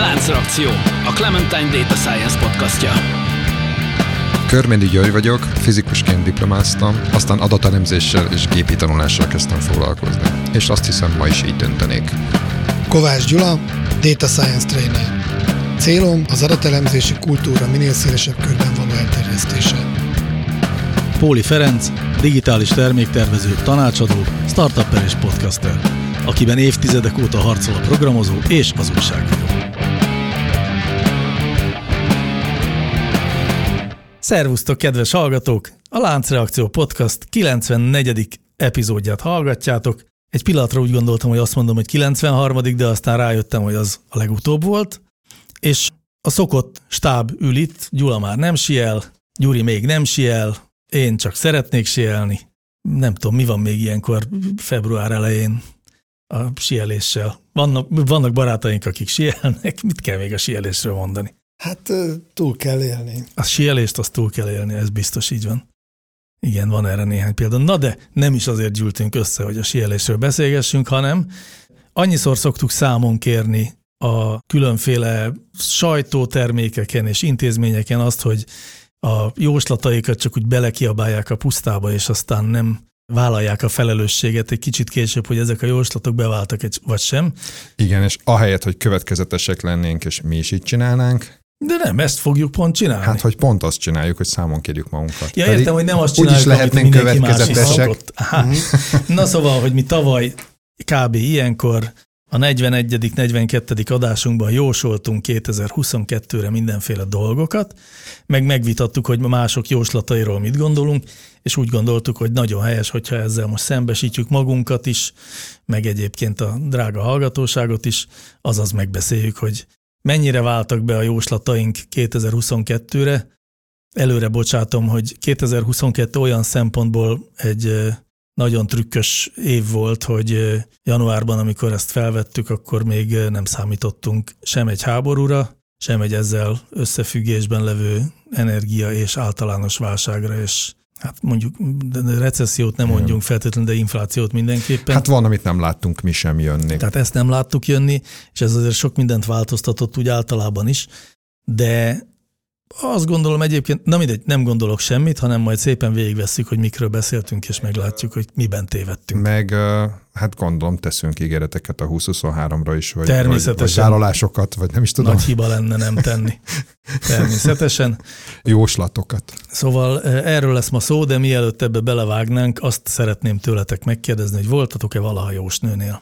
Láncreakció, a Clementine Data Science podcastja. Körméndi György vagyok, fizikusként diplomáztam, aztán adatelemzéssel és gépi tanulással kezdtem foglalkozni. És azt hiszem, ma is így döntenék. Kovács Gyula, Data Science Trainer. Célom az adatelemzési kultúra minél szélesebb körben való elterjesztése. Póli Ferenc, digitális terméktervező, tanácsadó, startupper és podcaster, akiben évtizedek óta harcol a programozó és az újságíró. Szervusztok, kedves hallgatók! A Láncreakció podcast 94. epizódját hallgatjátok. Egy pillanatra úgy gondoltam, hogy azt mondom, hogy 93., de aztán rájöttem, hogy az a legutóbb volt. És a szokott stáb ül itt, Gyula már nem siel, Gyuri még nem siel, én csak szeretnék sielni. Nem tudom, mi van még ilyenkor február elején a sieléssel. Vannak barátaink, akik sielnek, mit kell még a sielésről mondani? Hát túl kell élni. A sielést azt túl kell élni, ez biztos így van. Igen, van erre néhány példa. Na de nem is azért gyűltünk össze, hogy a sielésről beszélgessünk, hanem annyiszor szoktuk számon kérni a különféle sajtótermékeken és intézményeken azt, hogy a jóslataikat csak úgy belekiabálják a pusztába, és aztán nem vállalják a felelősséget egy kicsit később, hogy ezek a jóslatok beváltak vagy sem. Igen, és ahelyett, hogy következetesek lennénk, és mi is így csinálnánk. De nem, ezt fogjuk pont csinálni. Hát, hogy pont azt csináljuk, hogy számon kérjük magunkat. Ja, értem, hogy nem azt csináljuk, úgy is lehetnénk következetesek. Na szóval, hogy mi tavaly kb. Ilyenkor a 41., 42. adásunkban jósoltunk 2022-re mindenféle dolgokat, meg megvitattuk, hogy mások jóslatairól mit gondolunk, és úgy gondoltuk, hogy nagyon helyes, hogyha ezzel most szembesítjük magunkat is, meg egyébként a drága hallgatóságot is, azaz megbeszéljük, hogy mennyire váltak be a jóslataink 2022-re. Előre bocsátom, hogy 2022 olyan szempontból egy nagyon trükkös év volt, hogy januárban, amikor ezt felvettük, akkor még nem számítottunk sem egy háborúra, sem egy ezzel összefüggésben levő energia és általános válságra, és hát mondjuk recessziót nem mondjunk feltétlenül, de inflációt mindenképpen. Hát van, amit nem láttunk mi sem jönni. Tehát ezt nem láttuk jönni, és ez azért sok mindent változtatott úgy általában is, de azt gondolom egyébként, na mindegy, nem gondolok semmit, hanem majd szépen végigvesszük, hogy mikről beszéltünk, és meglátjuk, hogy miben tévedtünk. Meg hát gondolom teszünk ígéreteket a 2023-ra is, vagy vállalásokat, vagy nem is tudom. Nagy hiba lenne nem tenni. Természetesen. Jóslatokat. Szóval erről lesz ma szó, de mielőtt ebbe belevágnánk, azt szeretném tőletek megkérdezni, hogy voltatok-e valaha jósnőnél?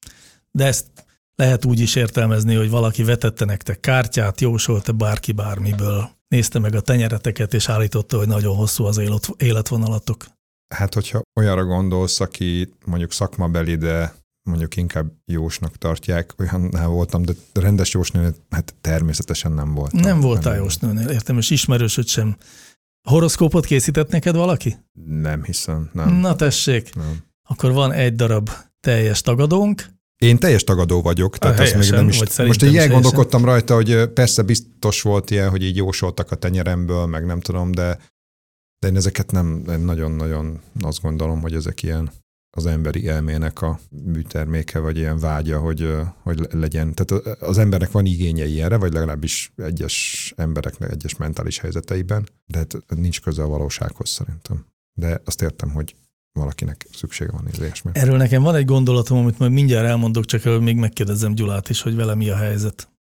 De ezt lehet úgy is értelmezni, hogy valaki vetette nektek kártyát, jósolt-e bárki bármiből, nézte meg a tenyereteket, és állította, hogy nagyon hosszú az életvonalatok. Hát, hogyha olyanra gondolsz, aki mondjuk szakmabeli, de mondjuk inkább jósnak tartják, olyannál voltam, de rendes jósnőnél, hát természetesen nem voltam. Nem voltál jósnőnél, értem, és ismerősöd sem. Horoszkópot készített neked valaki? Nem hiszem, nem. Na tessék, nem. Akkor van egy darab teljes tagadónk. Én teljes tagadó vagyok, tehát helyesen, azt még nem is. Most így elgondolkodtam rajta, hogy persze biztos volt ilyen, hogy így jósoltak a tenyeremből, meg nem tudom, de én ezeket nem nagyon-nagyon azt gondolom, hogy ezek ilyen az emberi elmének a műterméke, vagy ilyen vágya, hogy legyen. Tehát az embernek van igénye ilyenre, vagy legalábbis egyes embereknek egyes mentális helyzeteiben, de hát nincs köze a valósághoz szerintem. De azt értem, hogy valakinek szüksége van ilyesmi. Erről nekem van egy gondolatom, amit majd mindjárt elmondok, csak előbb még megkérdezem Gyulát is, hogy vele mi a helyzet.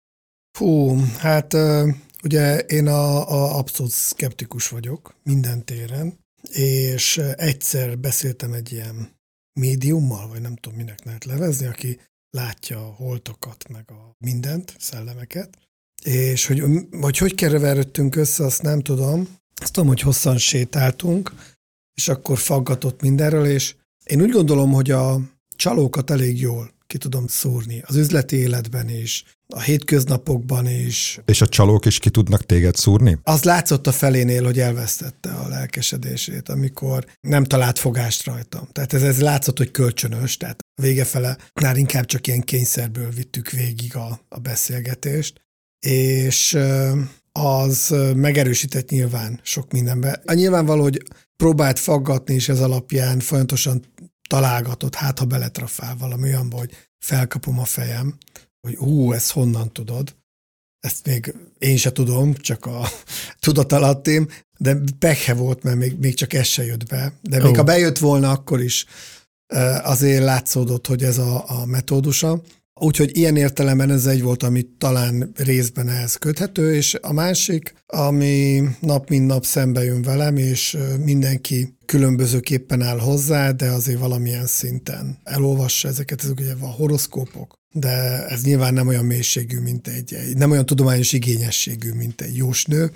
Hát ugye én a abszolút szkeptikus vagyok minden téren, és egyszer beszéltem egy ilyen médiummal, vagy nem tudom, minek lehet levezni, aki látja a holtokat, meg a mindent, szellemeket, és hogy keveredtünk össze, azt nem tudom. Azt tudom, hogy hosszan sétáltunk, és akkor faggatott mindenről, és én úgy gondolom, hogy a csalókat elég jól ki tudom szúrni. Az üzleti életben is, a hétköznapokban is. És a csalók is ki tudnak téged szúrni? Az látszott a felénél, hogy elvesztette a lelkesedését, amikor nem talált fogást rajtam. Tehát ez látszott, hogy kölcsönös, tehát végefele már inkább csak ilyen kényszerből vittük végig a beszélgetést, és az megerősített nyilván sok mindenben. Nyilvánvaló, hogy próbált faggatni, és ez alapján folyamatosan találgatott, hát ha beletrafál valami olyanba, hogy felkapom a fejem, hogy ezt honnan tudod. ezt még én se tudom, csak a tudatalattim, de pekhe volt, mert még csak ez se jött be. De még ha bejött volna, akkor is azért látszódott, hogy ez a metódusa. Úgyhogy ilyen értelemben ez egy volt, ami talán részben ehhez köthető, és a másik, ami nap mint nap szembe jön velem, és mindenki különbözőképpen áll hozzá, de azért valamilyen szinten elolvassa ezeket, ezek ugye a horoszkópok, de ez nyilván nem olyan mélységű, mint nem olyan tudományos igényességű, mint egy jósnő.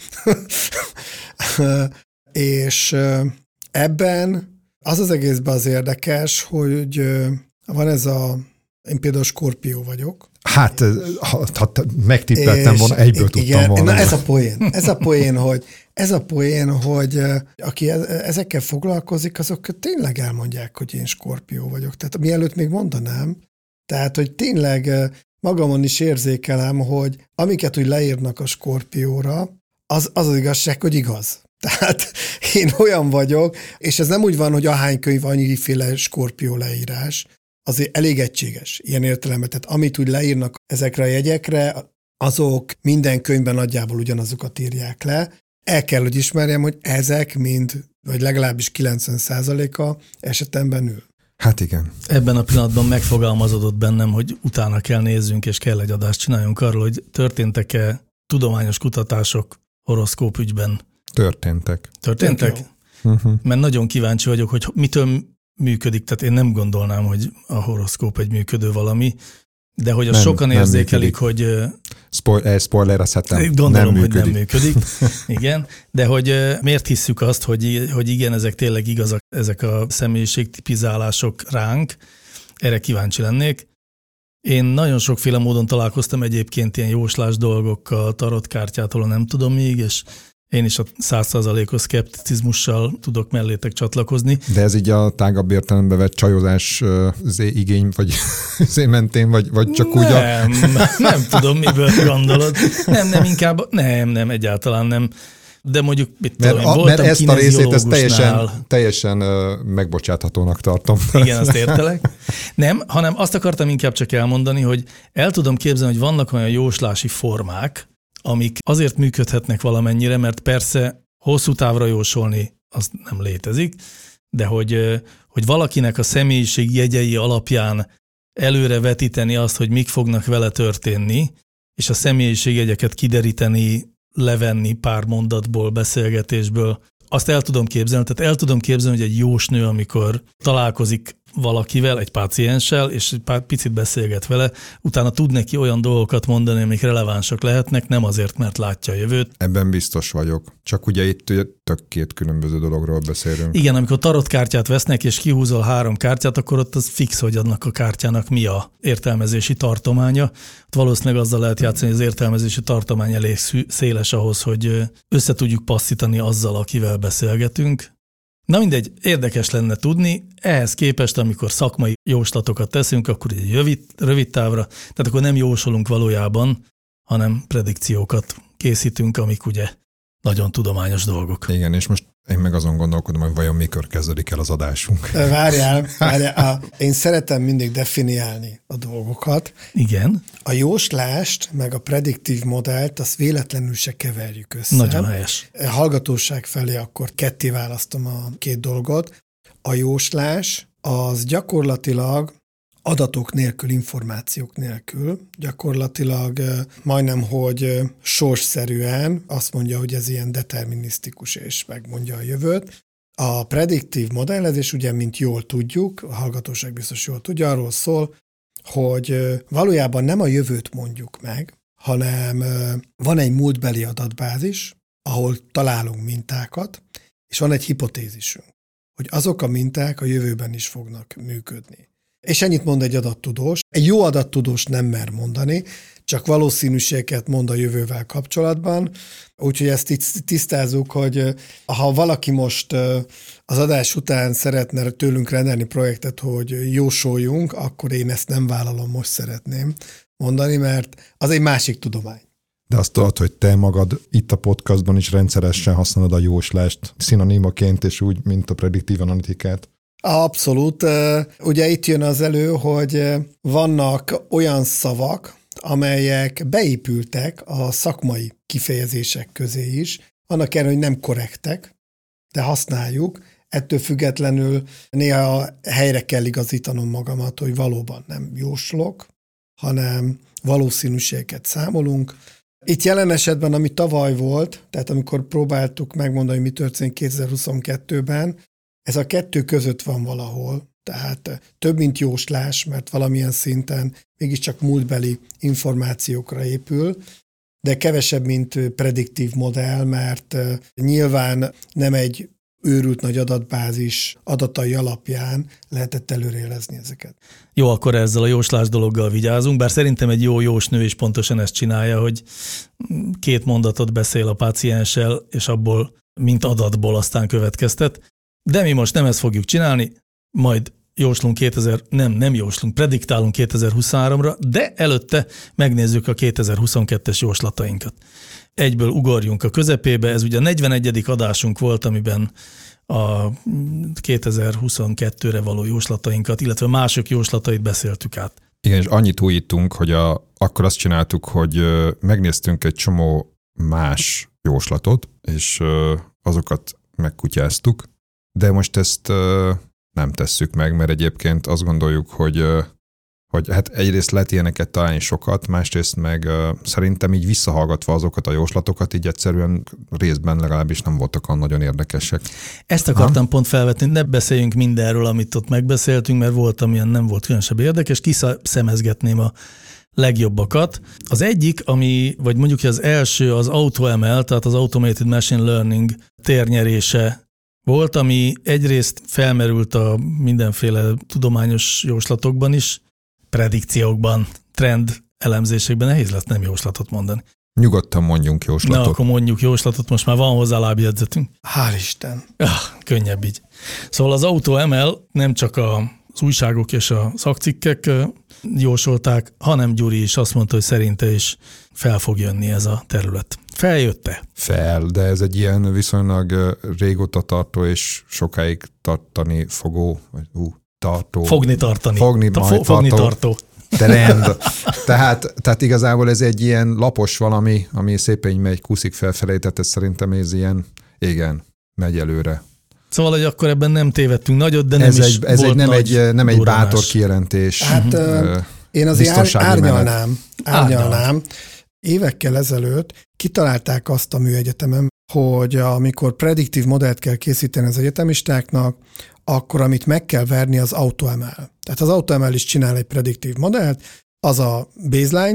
És ebben az egészben az érdekes, hogy van ez én például Skorpió vagyok. Hát, ha megtippeltem volna, egyből tudtam volna. Na ez a poén, hogy aki ezekkel foglalkozik, azok tényleg elmondják, hogy én Skorpió vagyok. Tehát mielőtt még mondanám, tehát, hogy tényleg magamon is érzékelem, hogy amiket úgy leírnak a Skorpióra, az igazság, hogy igaz. Tehát én olyan vagyok, és ez nem úgy van, hogy ahány könyv, annyiféle Skorpió leírás, azért elég egységes ilyen értelemben. Tehát amit úgy leírnak ezekre a jegyekre, azok minden könyvben nagyjából ugyanazokat írják le. El kell, hogy ismerjem, hogy ezek mind, vagy legalábbis 90%-a esetemben ül. Hát igen. Ebben a pillanatban megfogalmazódott bennem, hogy utána kell nézzünk, és kell egy adást csináljunk arról, hogy történtek-e tudományos kutatások horoszkóp ügyben. Történtek? Mert nagyon kíváncsi vagyok, hogy mitől működik, tehát én nem gondolnám, hogy a horoszkóp egy működő valami, de hogy azt sokan érzékelik, hogy... Spoilerezhetem, gondolom, hogy nem működik. Igen, de hogy miért hisszük azt, hogy igen, ezek tényleg igazak, ezek a személyiségtipizálások ránk, erre kíváncsi lennék. Én nagyon sokféle módon találkoztam egyébként ilyen jóslás dolgokkal, tarotkártyától, nem tudom még, és én is a 100%-os szkepticizmussal tudok mellétek csatlakozni. De ez így a tágabb értelembe vett csajozás igény, vagy mentén, vagy csak úgy Nem tudom, miből gondolod. Nem, inkább, nem, egyáltalán nem. De mondjuk, mert ezt a részét ezt teljesen megbocsáthatónak tartom. Igen, azt értelek. Nem, hanem azt akartam inkább csak elmondani, hogy el tudom képzelni, hogy vannak olyan jóslási formák, amik azért működhetnek valamennyire, mert persze hosszú távra jósolni az nem létezik, de hogy valakinek a személyiség jegyei alapján előre vetíteni azt, hogy mik fognak vele történni, és a személyiségjegyeket kideríteni, levenni pár mondatból, beszélgetésből, azt el tudom képzelni. Tehát el tudom képzelni, hogy egy jósnő, amikor találkozik valakivel, egy pácienssel, és egy picit beszélget vele, utána tud neki olyan dolgokat mondani, amik relevánsak lehetnek, nem azért, mert látja a jövőt. Ebben biztos vagyok. Csak ugye itt tök két különböző dologról beszélünk. Igen, amikor tarotkártyát vesznek, és kihúzol 3 kártyát, akkor ott az fix, hogy annak a kártyának mi a értelmezési tartománya. Ott valószínűleg azzal lehet játszani, hogy az értelmezési tartomány elég széles ahhoz, hogy össze tudjuk passzítani azzal, akivel beszélgetünk. Na mindegy, érdekes lenne tudni, ehhez képest, amikor szakmai jóslatokat teszünk, akkor egy rövid távra, tehát akkor nem jósolunk valójában, hanem predikciókat készítünk, amik ugye nagyon tudományos dolgok. Igen, és most én meg azon gondolkodom, hogy vajon mikor kezdődik el az adásunk. Várjál. Én szeretem mindig definiálni a dolgokat. Igen. A jóslást, meg a prediktív modellt, azt véletlenül se keverjük össze. Nagyon helyes. Hallgatóság felé akkor ketté választom a két dolgot. A jóslás az gyakorlatilag adatok nélkül, információk nélkül, gyakorlatilag majdnem, hogy sorsszerűen azt mondja, hogy ez ilyen determinisztikus és megmondja a jövőt. A prediktív modellezés ugye, mint jól tudjuk, a hallgatóság biztos jól tudja, arról szól, hogy valójában nem a jövőt mondjuk meg, hanem van egy múltbeli adatbázis, ahol találunk mintákat, és van egy hipotézisünk, hogy azok a minták a jövőben is fognak működni. És ennyit mond egy adattudós. Egy jó adattudós nem mer mondani, csak valószínűségeket mond a jövővel kapcsolatban. Úgyhogy ezt itt tisztázzuk, hogy ha valaki most az adás után szeretne tőlünk rendelni projektet, hogy jósoljunk, akkor én ezt nem vállalom, most szeretném mondani, mert az egy másik tudomány. De azt tudod, hogy te magad itt a podcastban is rendszeresen használod a jóslást szinonimaként, és úgy, mint a prediktív analitikát. Abszolút. Ugye itt jön az elő, hogy vannak olyan szavak, amelyek beépültek a szakmai kifejezések közé is, annak ellenére, hogy nem korrektek, de használjuk, ettől függetlenül néha helyre kell igazítanom magamat, hogy valóban nem jóslok, hanem valószínűségeket számolunk. Itt jelen esetben, ami tavaly volt, tehát amikor próbáltuk megmondani, hogy mi történik 2022-ben, ez a kettő között van valahol, tehát több, mint jóslás, mert valamilyen szinten mégiscsak múltbeli információkra épül, de kevesebb, mint prediktív modell, mert nyilván nem egy őrült nagy adatbázis adatai alapján lehetett előrejelezni ezeket. Jó, akkor ezzel a jóslás dologgal vigyázunk, bár szerintem egy jó jósnő is pontosan ezt csinálja, hogy 2 mondatot beszél a pácienssel, és abból, mint adatból aztán következtet. De mi most nem ezt fogjuk csinálni, majd jóslunk nem jóslunk, prediktálunk 2023-ra, de előtte megnézzük a 2022-es jóslatainkat. Egyből ugorjunk a közepébe, ez ugye a 41. adásunk volt, amiben a 2022-re való jóslatainkat, illetve mások jóslatait beszéltük át. Igen, és annyit újítunk, hogy akkor azt csináltuk, hogy megnéztünk egy csomó más jóslatot, és azokat megkutyáztuk, de most ezt nem tesszük meg, mert egyébként azt gondoljuk, hogy hát egyrészt lehet ilyeneket találni sokat, másrészt meg szerintem így visszahallgatva azokat a jóslatokat, így egyszerűen részben legalábbis nem voltak olyan nagyon érdekesek. Ezt akartam pont felvetni, ne beszéljünk mindenről, amit ott megbeszéltünk, mert volt, amilyen nem volt különösebb érdekes, kiszemezgetném a legjobbakat. Az egyik, vagy mondjuk az első, az AutoML, tehát az Automated Machine Learning térnyerése volt, ami egyrészt felmerült a mindenféle tudományos jóslatokban is, predikciókban, trend elemzésekben, nehéz lesz nem jóslatot mondani. Nyugodtan mondjunk jóslatot. Na, akkor mondjuk jóslatot, most már van hozzá lábjegyzetünk. Hál' Isten! Könnyebb így. Szóval az AutoML nem csak az újságok és a szakcikkek jósolták, hanem Gyuri is azt mondta, hogy szerinte is fel fog jönni ez a terület. Feljött-e? De ez egy ilyen viszonylag régóta tartó és sokáig tartani fogó, vagy tartó. Fogni tartani. Fogni tartó. Trend. Tehát igazából ez egy ilyen lapos valami, ami szépen megy kuszik felfelé, tehát ez szerintem ez ilyen, igen, megy előre. Szóval, hogy akkor ebben nem tévedtünk nagyot, de nem nem egy bátor kijelentés. Hát én azért árnyalnám. Évekkel ezelőtt kitalálták azt a műegyetemen, hogy amikor prediktív modellt kell készíteni az egyetemistáknak, akkor amit meg kell verni, az AutoML. Tehát az AutoML is csinál egy prediktív modellt, az a baseline,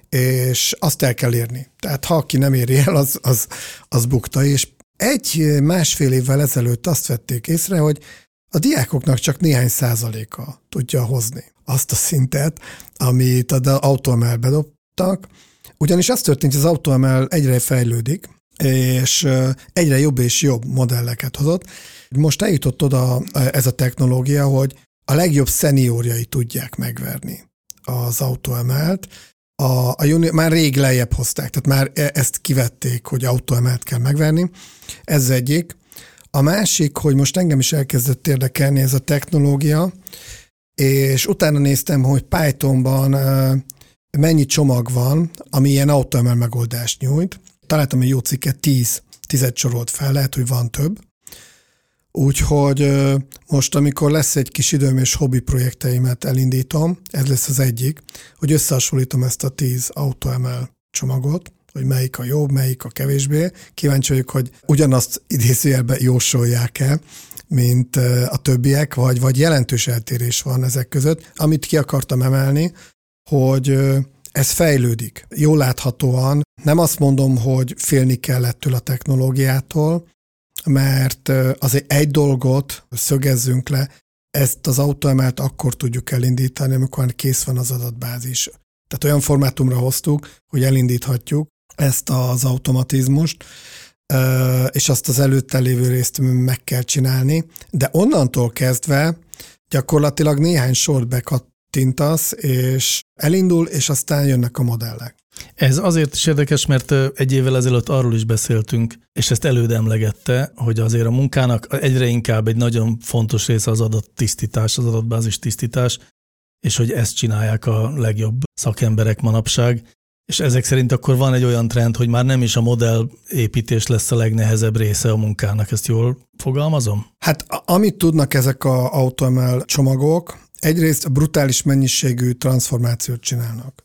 és azt el kell érni. Tehát ha aki nem éri el, az bukta. És 1-1,5 évvel ezelőtt azt vették észre, hogy a diákoknak csak néhány százaléka tudja hozni azt a szintet, amit az AutoML-be dobtak. Ugyanis az történt, hogy az AutoML egyre fejlődik, és egyre jobb és jobb modelleket hozott. Most eljutott oda ez a technológia, hogy a legjobb szeniorjai tudják megverni az AutoML-t. Már rég lejjebb hozták, tehát már ezt kivették, hogy AutoML-t kell megverni. Ez egyik. A másik, hogy most engem is elkezdett érdekelni ez a technológia, és utána néztem, hogy Pythonban mennyi csomag van, ami ilyen AutoML megoldást nyújt. Találtam egy jó cikket, 10 sorolt fel, lehet, hogy van több. Úgyhogy most, amikor lesz egy kis időm és hobbi projekteimet elindítom, ez lesz az egyik, hogy összehasonlítom ezt a 10 AutoML csomagot, hogy melyik a jobb, melyik a kevésbé. Kíváncsi vagyok, hogy ugyanazt idézőjelben jósolják-e, mint a többiek, vagy jelentős eltérés van ezek között. Amit ki akartam emelni, hogy ez fejlődik. Jól láthatóan nem azt mondom, hogy félni kell ettől a technológiától, mert azért egy dolgot szögezzünk le, ezt az AutoML-t akkor tudjuk elindítani, amikor kész van az adatbázis. Tehát olyan formátumra hoztuk, hogy elindíthatjuk ezt az automatizmust, és azt az előtte lévő részt meg kell csinálni, de onnantól kezdve gyakorlatilag néhány sort bekattintasz, és elindul, és aztán jönnek a modellek. Ez azért is érdekes, mert egy évvel ezelőtt arról is beszéltünk, és ezt előd emlegette, hogy azért a munkának egyre inkább egy nagyon fontos része az adattisztítás, az adatbázis tisztítás, és hogy ezt csinálják a legjobb szakemberek manapság, és ezek szerint akkor van egy olyan trend, hogy már nem is a modellépítés lesz a legnehezebb része a munkának. Ezt jól fogalmazom? Hát amit tudnak ezek az AutoML csomagok, egyrészt brutális mennyiségű transformációt csinálnak.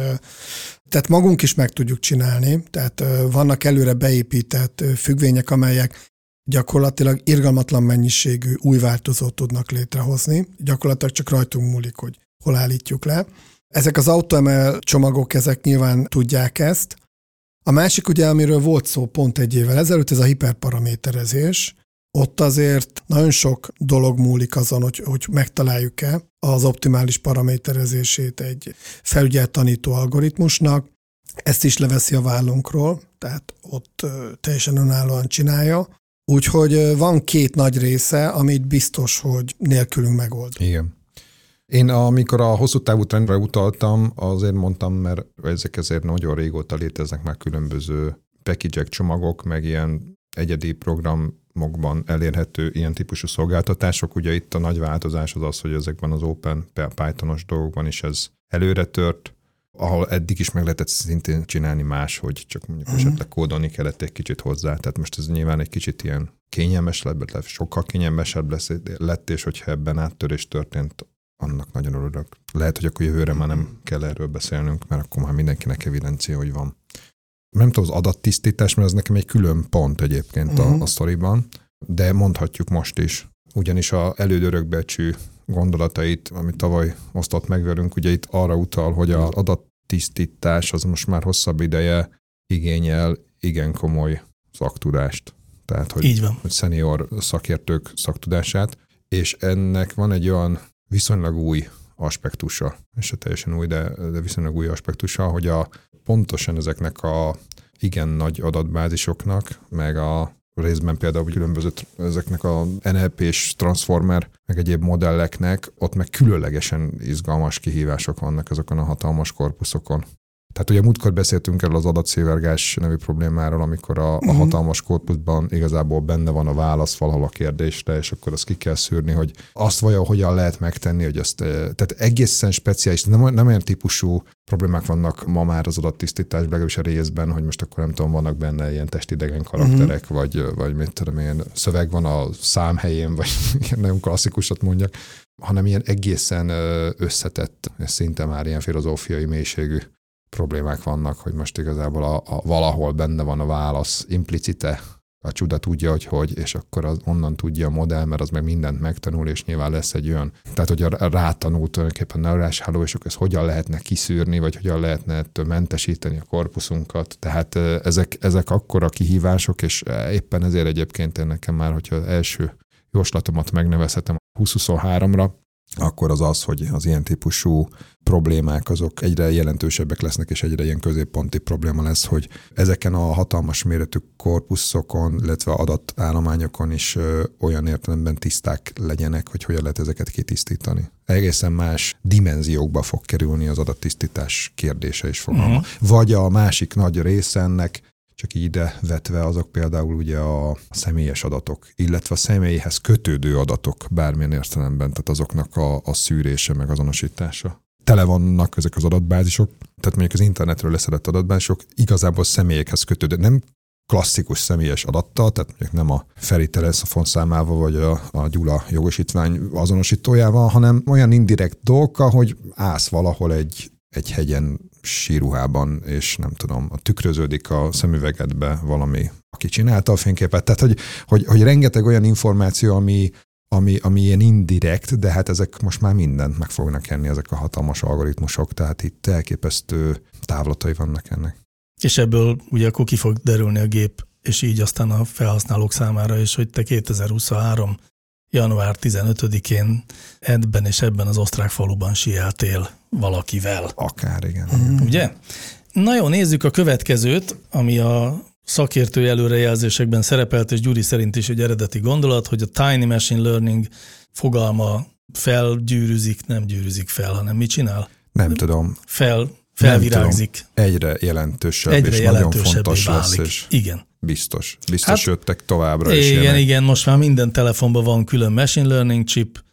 Tehát magunk is meg tudjuk csinálni, tehát vannak előre beépített függvények, amelyek gyakorlatilag irgalmatlan mennyiségű új változót tudnak létrehozni. Gyakorlatilag csak rajtunk múlik, hogy hol állítjuk le. Ezek az AutoML csomagok, ezek nyilván tudják ezt. A másik ugye, amiről volt szó pont egy évvel ezelőtt, ez a hiperparaméterezés. Ott azért nagyon sok dolog múlik azon, hogy megtaláljuk-e az optimális paraméterezését egy felügyelt tanító algoritmusnak. Ezt is leveszi a vállunkról, tehát ott teljesen önállóan csinálja. Úgyhogy van két nagy része, amit biztos, hogy nélkülünk megold. Igen. Én amikor a hosszú távú trendre utaltam, azért mondtam, mert ezek azért nagyon régóta léteznek már különböző package-ek, csomagok, meg ilyen egyedi programokban elérhető ilyen típusú szolgáltatások. Ugye itt a nagy változás az, hogy ezekben az Open Python-os dolgokban is ez előre tört, ahol eddig is meg lehetett szintén csinálni máshogy, csak mondjuk esetleg kódolni kellett egy kicsit hozzá. Tehát most ez nyilván egy kicsit ilyen kényelmes lett, sokkal kényelmesebb lett, és hogyha ebben áttörés történt, annak nagyon örülök. Lehet, hogy akkor jövőre már nem kell erről beszélnünk, mert akkor már mindenkinek evidencia, hogy van. Nem tudom, az adattisztítás, mert ez nekem egy külön pont egyébként a sztoriban, de mondhatjuk most is. Ugyanis az elődörökbecsű gondolatait, amit tavaly osztott meg velünk, ugye itt arra utal, hogy az adattisztítás az most már hosszabb ideje igényel igen komoly szaktudást. Tehát, hogy szenior szakértők szaktudását, és ennek van egy olyan viszonylag új aspektusa, és teljesen új, de viszonylag új aspektusa, hogy pontosan ezeknek a igen nagy adatbázisoknak, meg a részben például különböző ezeknek a NLP-s transformer, meg egyéb modelleknek, ott meg különlegesen izgalmas kihívások vannak azokon a hatalmas korpuszokon. Tehát ugye múltkor beszéltünk erről az adatszivárgás nevű problémáról, amikor a hatalmas korpuszban igazából benne van a válasz valahol a kérdésre, és akkor azt ki kell szűrni, hogy azt vajon hogyan lehet megtenni, hogy azt, tehát egészen speciális, nem olyan típusú problémák vannak ma már az adattisztításban, legalábbis a részben, hogy most akkor nem tudom, vannak benne ilyen testidegen karakterek, vagy mit tudom, ilyen szöveg van a szám helyén, vagy nagyon klasszikusat mondjak, hanem ilyen egészen összetett, szinte már ilyen filozófiai mélységű problémák vannak, hogy most igazából valahol benne van a válasz implicite, a csuda tudja, hogy, és akkor onnan tudja a modell, mert az meg mindent megtanul, és nyilván lesz egy olyan, tehát hogy rátanul tulajdonképpen neurális háló, és akkor ezt hogyan lehetne kiszűrni, vagy hogyan lehetne ettől mentesíteni a korpuszunkat. Tehát ezek akkora kihívások, és éppen ezért egyébként nekem már, hogyha az első jóslatomat megnevezhetem 2023-ra, akkor az, hogy az ilyen típusú problémák azok egyre jelentősebbek lesznek, és egyre ilyen középponti probléma lesz, hogy ezeken a hatalmas méretű korpuszokon, illetve adatállományokon is olyan értelemben tiszták legyenek, hogy hogyan lehet ezeket kitisztítani. Egészen más dimenziókba fog kerülni az adattisztítás kérdése és fogalma. Vagy a másik nagy része ennek, csak ide vetve azok például ugye a személyes adatok, illetve a személyhez kötődő adatok bármilyen értelemben, tehát azoknak a szűrése meg azonosítása. Tele vannak ezek az adatbázisok, tehát mondjuk az internetről leszedett adatbázisok igazából személyekhez kötődő, nem klasszikus személyes adattal, tehát mondjuk nem a Feri telefon számával vagy a Gyula jogosítvány azonosítójával, hanem olyan indirekt dolgokkal, hogy állsz valahol egy hegyen síruhában, és nem tudom, tükröződik a szemüvegedbe valami, aki csinálta a fényképet. Tehát, hogy rengeteg olyan információ, ami ilyen indirekt, de hát ezek most már mindent meg fognak enni, ezek a hatalmas algoritmusok, tehát itt elképesztő távlatai vannak ennek. És ebből ugye akkor ki fog derülni a gép, és így aztán a felhasználók számára is, hogy te 2023. január 15-én ebben és ebben az osztrák faluban sieltél valakivel. Akár, igen. Ugye? Na jó, nézzük a következőt, ami a szakértői előrejelzésekben szerepelt, és Gyuri szerint is egy eredeti gondolat, hogy a Tiny Machine Learning fogalma felgyűrűzik, nem gyűrűzik fel, hanem mit csinál? Nem tudom. Felvirágzik. Egyre jelentősebb, és nagyon fontos lesz. És igen. Biztos jöttek továbbra is. Igen, most már minden telefonban van külön machine learning chip,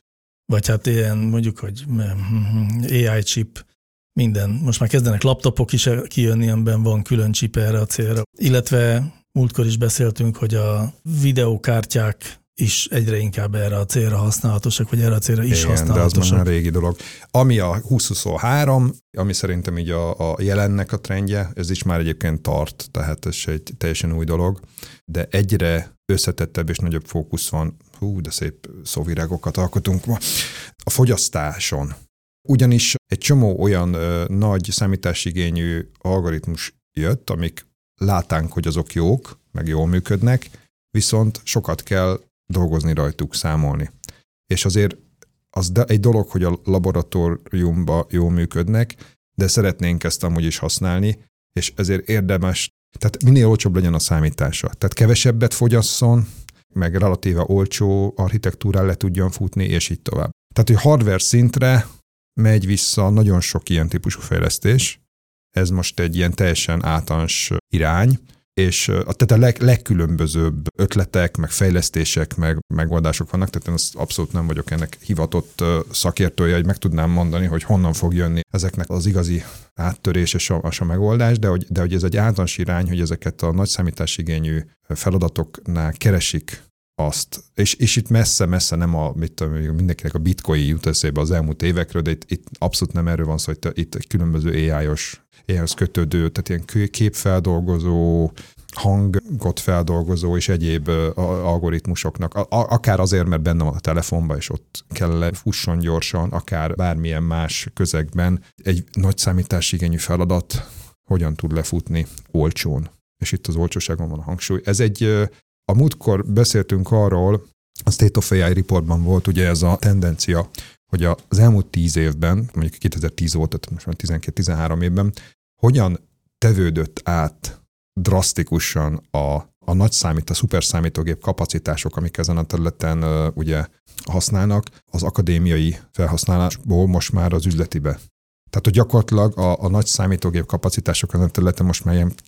vagy hát ilyen mondjuk, hogy AI chip, minden. Most már kezdenek laptopok is kijönni, amiben van külön chip erre a célra. Illetve múltkor is beszéltünk, hogy a videókártyák is egyre inkább erre a célra használhatósak, vagy erre a célra is használhatósak. De az már régi dolog. Ami a 2023, ami szerintem így a jelennek a trendje, ez is már egyébként tart, tehát ez egy teljesen új dolog, de egyre összetettebb és nagyobb fókusz van, de szép szóvirágokat alkotunk ma, a fogyasztáson. Ugyanis egy csomó olyan nagy számításigényű algoritmus jött, amik látánk, hogy azok jók, meg jól működnek, viszont sokat kell dolgozni rajtuk, számolni. És azért az egy dolog, hogy a laboratóriumban jól működnek, de szeretnénk ezt amúgy is használni, és ezért érdemes, tehát minél olcsóbb legyen a számítása. Tehát kevesebbet fogyasszon, meg relatíve olcsó architektúrán le tudjon futni, és így tovább. Tehát, hogy hardware szintre megy vissza nagyon sok ilyen típusú fejlesztés. Ez most egy ilyen teljesen általános irány, és tehát a legkülönbözőbb ötletek, meg fejlesztések, meg megoldások vannak, tehát én abszolút nem vagyok ennek hivatott szakértője, hogy meg tudnám mondani, hogy honnan fog jönni ezeknek az igazi áttörés és a megoldás, de hogy ez egy általános irány, hogy ezeket a nagy számításigényű feladatoknál keresik azt. És itt messze nem mindenkinek a bitcoin jut eszébe az elmúlt évekről, de itt abszolút nem erről van szó, hogy itt egy különböző AI-hoz kötődő, tehát ilyen képfeldolgozó, hangot feldolgozó és egyéb algoritmusoknak, akár azért, mert benne van a telefonban, és ott kell fusson gyorsan, akár bármilyen más közegben egy nagy számításigényű feladat hogyan tud lefutni olcsón. És itt az olcsóságon van a hangsúly. Ez a múltkor beszéltünk arról, a State of AI reportban volt ugye ez a tendencia, hogy az elmúlt 10 évben, mondjuk 2010 volt, tehát most már 12-13 évben, hogyan tevődött át drasztikusan a nagy a szuperszámítógép kapacitások, amik ezen a területen ugye használnak, az akadémiai felhasználásból most már az üzletibe. Tehát, hogy gyakorlatilag a nagy számítógép kapacitások ezen a területen most már ilyen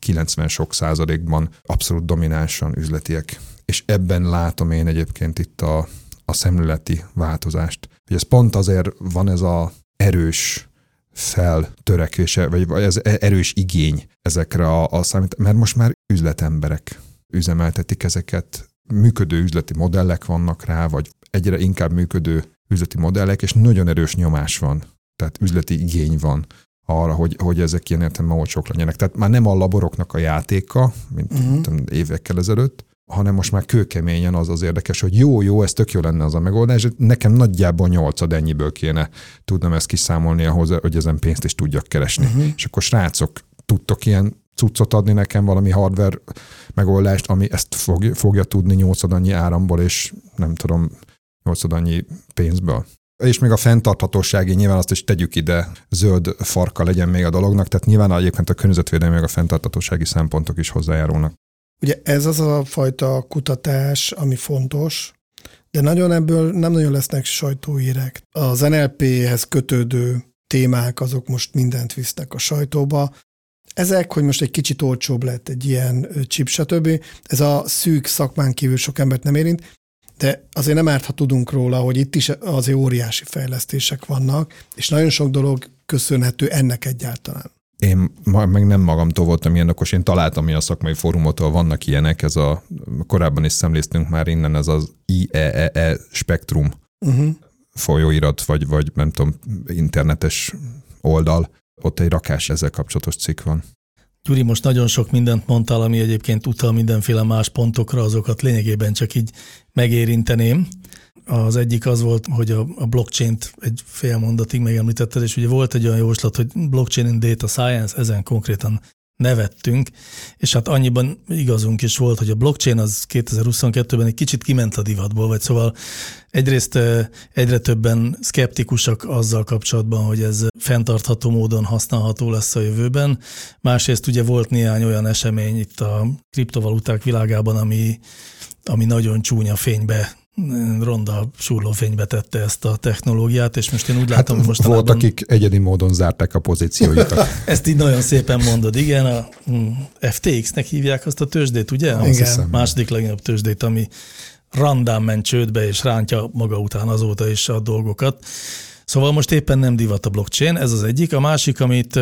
90% abszolút dominánsan üzletiek. És ebben látom én egyébként itt a szemléleti változást. Hogy ez pont azért van ez az erős feltörekvése, vagy ez erős igény ezekre a mert most már üzletemberek üzemeltetik ezeket, működő üzleti modellek vannak rá, vagy egyre inkább működő üzleti modellek, és nagyon erős nyomás van. Tehát üzleti igény van arra, hogy ezek ilyen értelemben olcsók legyenek. Tehát már nem a laboroknak a játéka, mint évekkel ezelőtt, hanem most már kőkeményen az érdekes, hogy jó, ez tök jó lenne az a megoldás, nekem nagyjából 8 ennyiből kéne tudnom ezt kiszámolni ahhoz, hogy ezen pénzt is tudjak keresni. És akkor srácok, tudtok ilyen cuccot adni nekem, valami hardware megoldást, ami ezt fogja tudni 8 annyi áramból, és nem tudom, 8 annyi pénzből. És még a fenntarthatósági, nyilván azt is tegyük ide, zöld farka legyen még a dolognak, tehát nyilván egyébként a környezetvédelmi meg a fenntarthatósági szempontok is hozzájárulnak. Ugye ez az a fajta kutatás, ami fontos, de ebből nem nagyon lesznek sajtóhírek. Az NLP-hez kötődő témák, azok most mindent visznek a sajtóba. Ezek, hogy most egy kicsit olcsóbb lett egy ilyen chip, stb. Ez a szűk szakmán kívül sok embert nem érint, de azért nem árt, ha tudunk róla, hogy itt is azért óriási fejlesztések vannak, és nagyon sok dolog köszönhető ennek egyáltalán. Én meg nem magamtól voltam ilyen okos, én találtam ilyen szakmai fórumotól, vannak ilyenek, korábban is szemléztünk már innen, ez az IEEE Spektrum folyóirat, vagy nem tudom, internetes oldal, ott egy rakás ezzel kapcsolatos cikk van. Gyuri, most nagyon sok mindent mondtál, ami egyébként utal mindenféle más pontokra, azokat lényegében csak így megérinteném. Az egyik az volt, hogy a blockchain-t egy fél mondatig megemlítetted, és ugye volt egy olyan javaslat, hogy blockchain and data science, ezen konkrétan nevettünk, és hát annyiban igazunk is volt, hogy a blockchain az 2022-ben egy kicsit kiment a divatból, vagy szóval egyrészt egyre többen szkeptikusak azzal kapcsolatban, hogy ez fenntartható módon használható lesz a jövőben. Másrészt ugye volt néhány olyan esemény itt a kriptovaluták világában, ami nagyon csúnya fénybe, ronda surlófénybe tette ezt a technológiát, és most én úgy látom, hogy mostanában... Volt, akik egyedi módon zárták a pozíciójukat. Ezt így nagyon szépen mondod, igen, a FTX-nek hívják azt a tőzsdét, ugye? Igen. A második legnagyobb tőzsdét, ami randán ment csődbe, és rántja maga után azóta is a dolgokat. Szóval most éppen nem divat a blockchain, ez az egyik. A másik,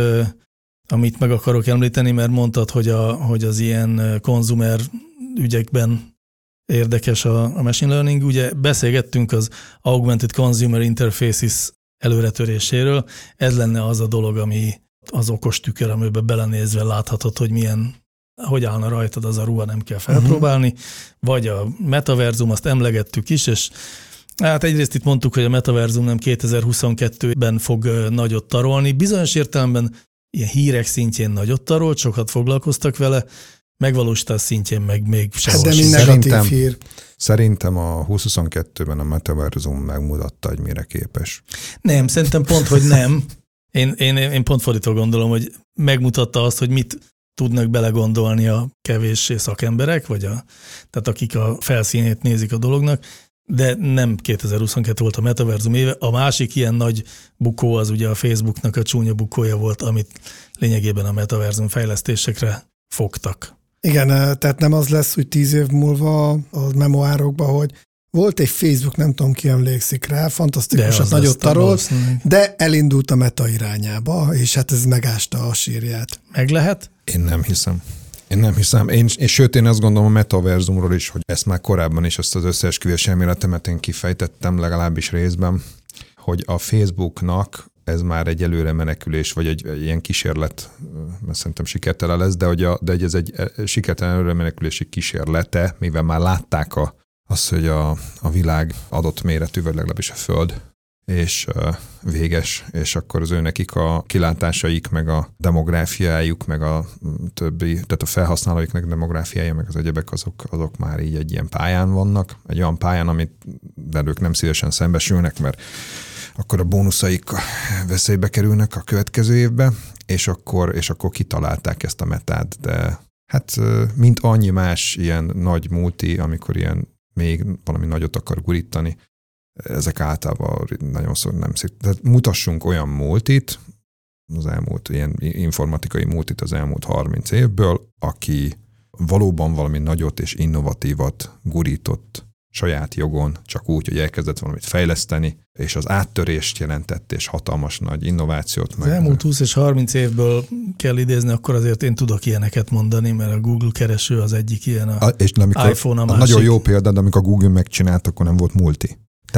amit meg akarok említeni, mert mondtad, hogy az ilyen konzumer ügyekben érdekes a machine learning. Ugye beszélgettünk az Augmented Consumer Interfaces előretöréséről. Ez lenne az a dolog, ami az okos tükör, amiben belenézve láthatod, hogy állna rajtad az a ruha, nem kell felpróbálni. Vagy a metaverzum, azt emlegettük is, és hát egyrészt itt mondtuk, hogy a metaverzum nem 2022-ben fog nagyot tarolni. Bizonyos értelemben ilyen hírek szintjén nagyot tarolt, sokat foglalkoztak vele, megvalósítás szintjén meg még sehol. De mi negatív hír. Szerintem a 2022-ben a metaverzum megmutatta, hogy mire képes. Nem, szerintem pont, hogy nem. Én pont fordítva gondolom, hogy megmutatta azt, hogy mit tudnak belegondolni a kevéssé szakemberek, tehát akik a felszínét nézik a dolognak, de nem 2022 volt a metaverzum éve. A másik ilyen nagy bukó az ugye a Facebooknak a csúnya bukója volt, amit lényegében a metaverzum fejlesztésekre fogtak. Igen, tehát nem az lesz, hogy 10 év múlva a memoárokban, hogy volt egy Facebook, nem tudom, ki emlékszik rá, fantasztikusat nagyot tarolt, de elindult a meta irányába, és hát ez megásta a sírját. Meg lehet? Én nem hiszem. Sőt, én azt gondolom a metaverzumról is, hogy ezt már korábban is, azt az összeesküvés elméletemet én kifejtettem, legalábbis részben, hogy a Facebooknak ez már egy előre menekülés, vagy egy ilyen kísérlet, mert szerintem sikertelen lesz, de ez egy sikertelen előre menekülési kísérlete, mivel már látták azt, hogy a világ adott méretű, vagy legalábbis a Föld, és véges, és akkor az nekik a kilátásaik, meg a demográfiájuk, meg a többi, tehát a felhasználóiknak demográfiája, meg az egyebek, azok már így egy ilyen pályán vannak, egy olyan pályán, amit ők nem szívesen szembesülnek, mert akkor a bónuszaik veszélybe kerülnek a következő évbe, és akkor kitalálták ezt a metát, de hát mint annyi más ilyen nagy multi, amikor ilyen még valami nagyot akar gurítani, ezek általában nagyon nem szép. Tehát mutassunk olyan multit, az elmúlt ilyen informatikai multit az elmúlt 30 évből, aki valóban valami nagyot és innovatívat gurított saját jogon, csak úgy, hogy elkezdett valamit fejleszteni, és az áttörést jelentett, és hatalmas nagy innovációt. Az elmúlt 20 és 30 évből kell idézni, akkor azért én tudok ilyeneket mondani, mert a Google kereső az egyik ilyen, és iPhone a másik. Nagyon jó példa, de amikor a Google megcsinált, akkor nem volt multi.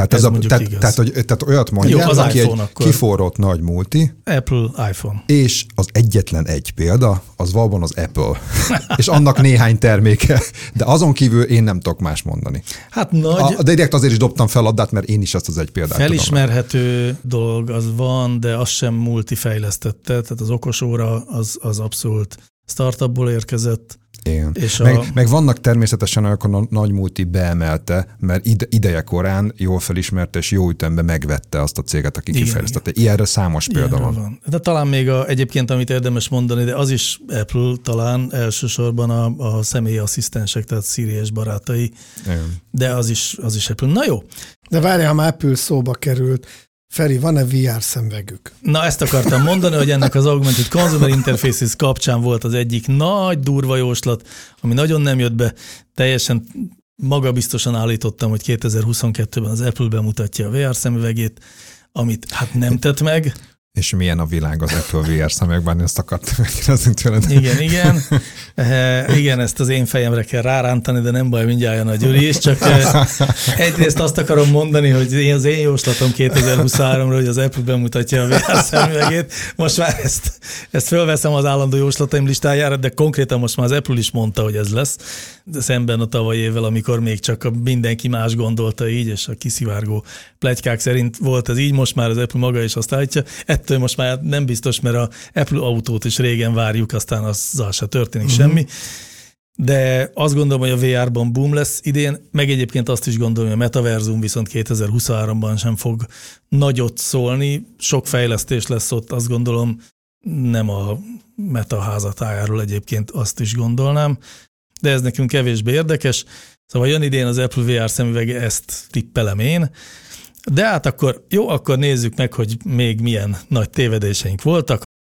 Tehát olyat mondják, aki egy kiforrott nagy multi. Apple iPhone. És az egyetlen egy példa, az valóban az Apple. És annak néhány terméke. De azon kívül én nem tudok más mondani. Hát nagy... De direkt azért is dobtam fel labdát, mert én is azt az egy példát felismerhető dolog az van, de az sem multi fejlesztette. Tehát az okosóra az abszolút startupból érkezett. Igen. Meg vannak természetesen olyanok, a nagy multi beemelte, mert ideje korán jól felismerte és jó ütemben megvette azt a céget, aki kifejlesztette. Ilyenre számos példa van. De talán még egyébként, amit érdemes mondani, de az is Apple talán elsősorban a személyi asszisztensek, tehát Siri és barátai. Igen. De az is Apple. Na jó. De várj, ha már Apple szóba került, Feri, van-e VR szemüvegük? Na, ezt akartam mondani, hogy ennek az Augmented Consumer Interfaces kapcsán volt az egyik nagy durva jóslat, ami nagyon nem jött be. Teljesen magabiztosan állítottam, hogy 2022-ben az Apple bemutatja a VR szemüvegét, amit hát nem tett meg. És milyen a világ az Apple VR szemüvegben, ezt akartam megkérdezni tőled. Igen, ezt az én fejemre kell rárántani, de nem baj, mindjárt jön a Gyuri is, csak egyrészt azt akarom mondani, hogy az én jóslatom 2023-ra, hogy az Apple bemutatja a VR szemüvegét. Most már ezt fölveszem az állandó jóslataim listájára, de konkrétan most már az Apple is mondta, hogy ez lesz, de szemben a tavalyi évvel, amikor még csak mindenki más gondolta így, és a kiszivárgó pletykák szerint volt ez így, most már az Apple maga is azt állítja. Ettől most már nem biztos, mert a Apple autót is régen várjuk, aztán azzal se történik semmi. De azt gondolom, hogy a VR-ban boom lesz idén, meg egyébként azt is gondolom, hogy a metaverzum viszont 2023-ban sem fog nagyot szólni. Sok fejlesztés lesz ott, azt gondolom, nem a meta házatájáról egyébként azt is gondolnám, de ez nekünk kevésbé érdekes. Szóval jön idén az Apple VR szemüvege, ezt tippelem én. De hát akkor nézzük meg, hogy még milyen nagy tévedéseink voltak.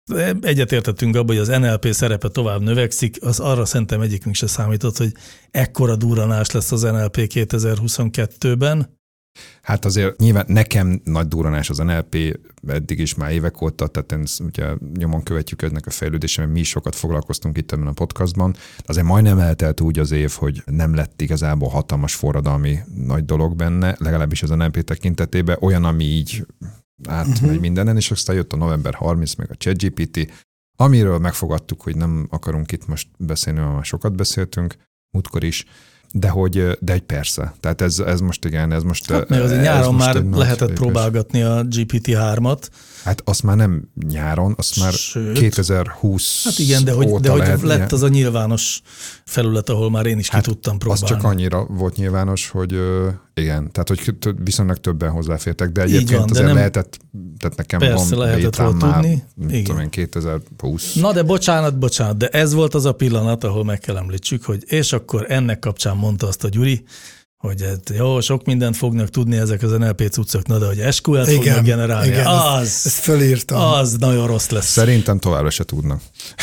Egyetértettünk abban, hogy az NLP szerepe tovább növekszik, az arra szerintem egyikünk se számított, hogy ekkora durranás lesz az NLP 2022-ben. Hát azért nyilván nekem nagy durranás az NLP, eddig is már évek óta, tehát ugye nyomon követjük ennek a fejlődésben, mert mi is sokat foglalkoztunk itt ebben a podcastban. Azért majdnem eltelt úgy az év, hogy nem lett igazából hatalmas forradalmi nagy dolog benne, legalábbis az NLP tekintetében, olyan, ami így átmegy mindenen, és aztán jött a november 30, meg a ChatGPT, amiről megfogadtuk, hogy nem akarunk itt most beszélni, mert már sokat beszéltünk, múltkor is, de egy persze. Tehát ez most igen, ez most... Hát meg azért nyáron már lehetett próbálgatni a GPT-3-at. Hát azt már nem nyáron, azt már 2020 Hát igen, de hogy lett az a nyilvános felület, ahol már én is ki tudtam próbálni. Az csak annyira volt nyilvános, hogy igen, tehát hogy viszonylag többen hozzáfértek, de egyébként van, azért nem, lehetett, tehát nekem persze van lehetett róla tudni. Tudom én, 2020. Na de bocsánat, de ez volt az a pillanat, ahol meg kell említsük, hogy és akkor ennek kapcsán mondta azt a Gyuri, hogy jó, sok mindent fognak tudni ezek az NLP cuccok, na de hogy SQL-t fognak generálni, igen, ezt fölírtam. Az nagyon rossz lesz. Szerintem továbbra se tudnak.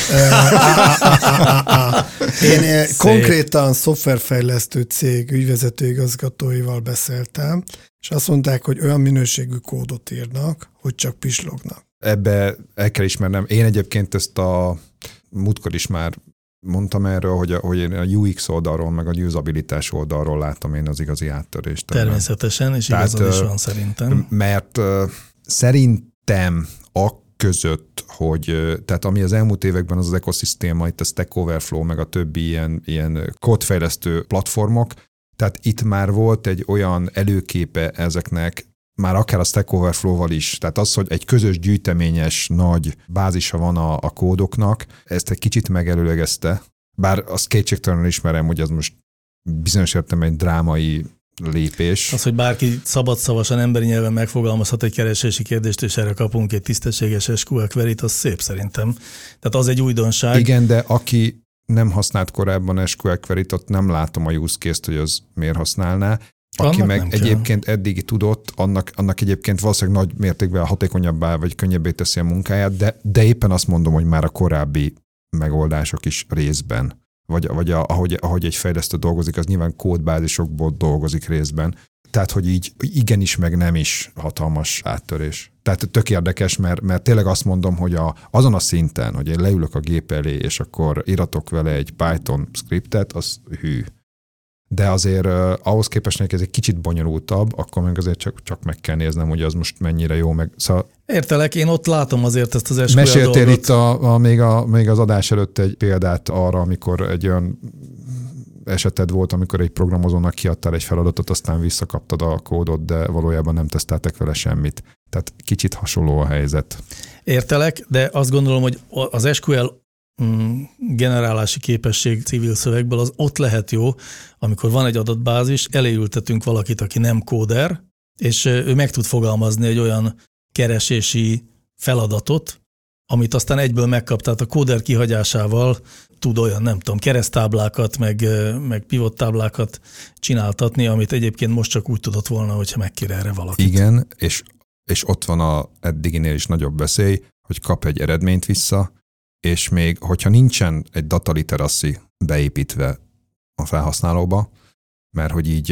Én konkrétan szoftverfejlesztő cég ügyvezető igazgatóival beszéltem, és azt mondták, hogy olyan minőségű kódot írnak, hogy csak pislognak. Ebbe el kell ismernem. Én egyébként ezt a múltkor is már mondtam erről, hogy én a UX oldalról, meg a usabilitás oldalról látom én az igazi áttörést. Természetesen, és igazad is van szerintem. Mert szerintem között, hogy tehát ami az elmúlt években az ekoszisztéma, itt a Stack Overflow, meg a többi ilyen kódfejlesztő platformok, tehát itt már volt egy olyan előképe ezeknek, már akár a Stack Overflow-val is, tehát az, hogy egy közös gyűjteményes nagy bázisa van a kódoknak, ezt egy kicsit megelőlegezte, bár azt kétségtelenül ismerem, hogy az most bizonyos értelemben egy drámai lépés. Az, hogy bárki szabadszavasan emberi nyelven megfogalmazhat egy keresési kérdést, és erre kapunk egy tisztességes SQL queryt, az szép szerintem. Tehát az egy újdonság. Igen, de aki nem használt korábban SQL queryt, ott nem látom a use case-t, hogy az miért használná. Aki annak meg egyébként eddig tudott, annak egyébként valószínűleg nagy mértékben hatékonyabbá vagy könnyebbé teszi a munkáját, de éppen azt mondom, hogy már a korábbi megoldások is részben, vagy ahogy egy fejlesztő dolgozik, az nyilván kódbázisokból dolgozik részben. Tehát, hogy így igenis, meg nem is hatalmas áttörés. Tehát tök érdekes, mert tényleg azt mondom, hogy azon a szinten, hogy én leülök a gép elé, és akkor íratok vele egy Python scriptet, az hű. De azért ahhoz képest, hogy ez egy kicsit bonyolultabb, akkor meg azért csak meg kell néznem, hogy az most mennyire jó. Szóval értelek, én ott látom azért ezt az SQL meséltél dolgot. Itt még az adás előtt egy példát arra, amikor egy olyan eseted volt, amikor egy programozónak kiadtál egy feladatot, aztán visszakaptad a kódot, de valójában nem teszteltek vele semmit. Tehát kicsit hasonló a helyzet. Értelek, de azt gondolom, hogy az SQL generálási képesség civil szövegből az ott lehet jó, amikor van egy adatbázis, eléültetünk valakit, aki nem kóder, és ő meg tud fogalmazni egy olyan keresési feladatot, amit aztán egyből megkap, tehát a kóder kihagyásával tud olyan, nem tudom, kereszttáblákat, meg pivottáblákat csináltatni, amit egyébként most csak úgy tudott volna, hogyha megkér erre valakit. Igen, és ott van a eddiginél is nagyobb veszély, hogy kap egy eredményt vissza, és még, hogyha nincsen egy data literacy beépítve a felhasználóba, mert hogy így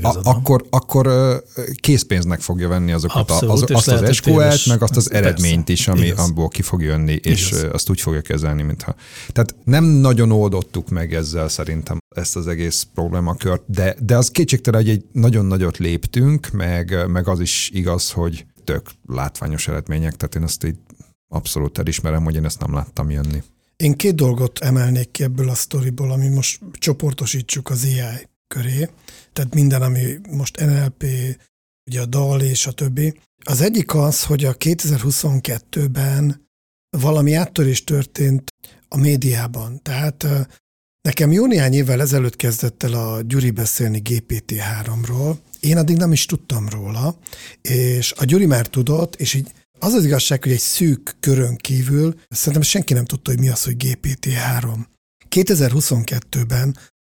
akkor készpénznek fogja venni azokat azt az SQL-t, meg azt az eredményt is, ami abból ki fog jönni, és azt úgy fogja kezelni, mintha. Tehát nem nagyon oldottuk meg ezzel szerintem ezt az egész problémakört, de az kétségtelen, hogy egy nagyon nagyot léptünk, meg az is igaz, hogy tök látványos eredmények, tehát én azt így abszolút elismerem, hogy én ezt nem láttam jönni. Én 2 dolgot emelnék ki ebből a sztoriból, ami most csoportosítsuk az AI köré. Tehát minden, ami most NLP, ugye a DAL és a többi. Az egyik az, hogy a 2022-ben valami áttörés történt a médiában. Tehát nekem jó néhány évvel ezelőtt kezdett el a Gyuri beszélni GPT-3-ról. Én addig nem is tudtam róla, és a Gyuri már tudott, és így az az igazság, hogy egy szűk körön kívül szerintem senki nem tudta, hogy mi az, hogy GPT-3. 2022-ben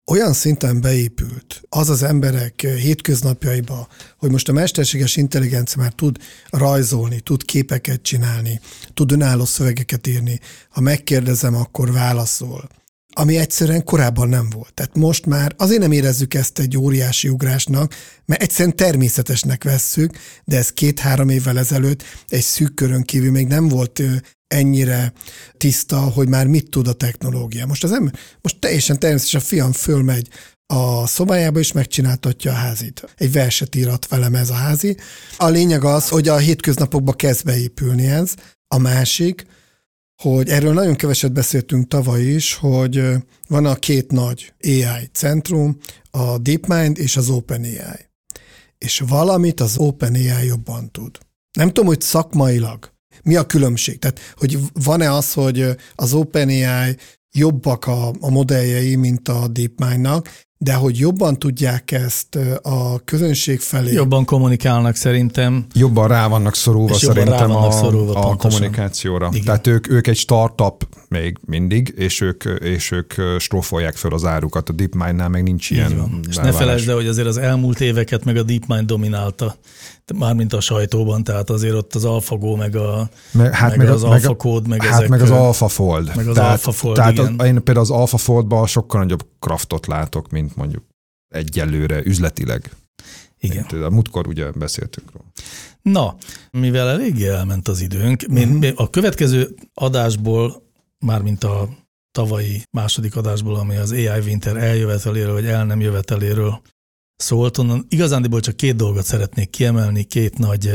olyan szinten beépült az emberek hétköznapjaiba, hogy most a mesterséges intelligencia már tud rajzolni, tud képeket csinálni, tud önálló szövegeket írni. Ha megkérdezem, akkor válaszol. Ami egyszerűen korábban nem volt. Tehát most már azért nem érezzük ezt egy óriási ugrásnak, mert egyszerűen természetesnek vesszük, de ez 2-3 évvel ezelőtt egy szűk körön kívül még nem volt ennyire tiszta, hogy már mit tud a technológia. Most teljesen természetesen a fiam fölmegy a szobájába, és megcsináltatja a házit. Egy verset írat velem ez a házi. A lényeg az, hogy a hétköznapokba kezd beépülni ez. A másik, hogy erről nagyon keveset beszéltünk tavaly is, hogy van a 2 nagy AI centrum, a DeepMind és az OpenAI. És valamit az OpenAI jobban tud. Nem tudom, hogy szakmailag mi a különbség. Tehát, hogy van-e az, hogy az OpenAI jobbak a modelljei, mint a DeepMind-nak, de hogy jobban tudják ezt a közönség felé. Jobban kommunikálnak szerintem. Jobban rá vannak szorulva szerintem a kommunikációra. Igen. Tehát ők egy startup még mindig, és ők strófolják föl az árukat. A DeepMind-nál meg nincs ilyen. És ne felejtsd el, hogy azért az elmúlt éveket meg a DeepMind dominálta, mármint a sajtóban, tehát azért ott az AlphaGo, meg az AlphaCode, meg ezek. Meg az AlphaFold. Meg az AlphaFold, tehát igen. Én például az AlphaFoldban sokkal nagyobb kraftot látok, mint mondjuk egyelőre üzletileg. Igen. A múltkor ugye beszéltünk róla. Na, mivel eléggé elment az időnk, a következő adásból, mármint a tavalyi második adásból, ami az AI Winter eljöveteléről, vagy el nem jöveteléről szólt, onnan igazándiból csak 2 dolgot szeretnék kiemelni, 2 nagy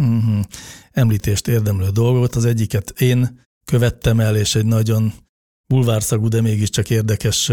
említést érdemlő dolgot. Az egyiket én követtem el, és egy nagyon bulvárszagú, de mégiscsak érdekes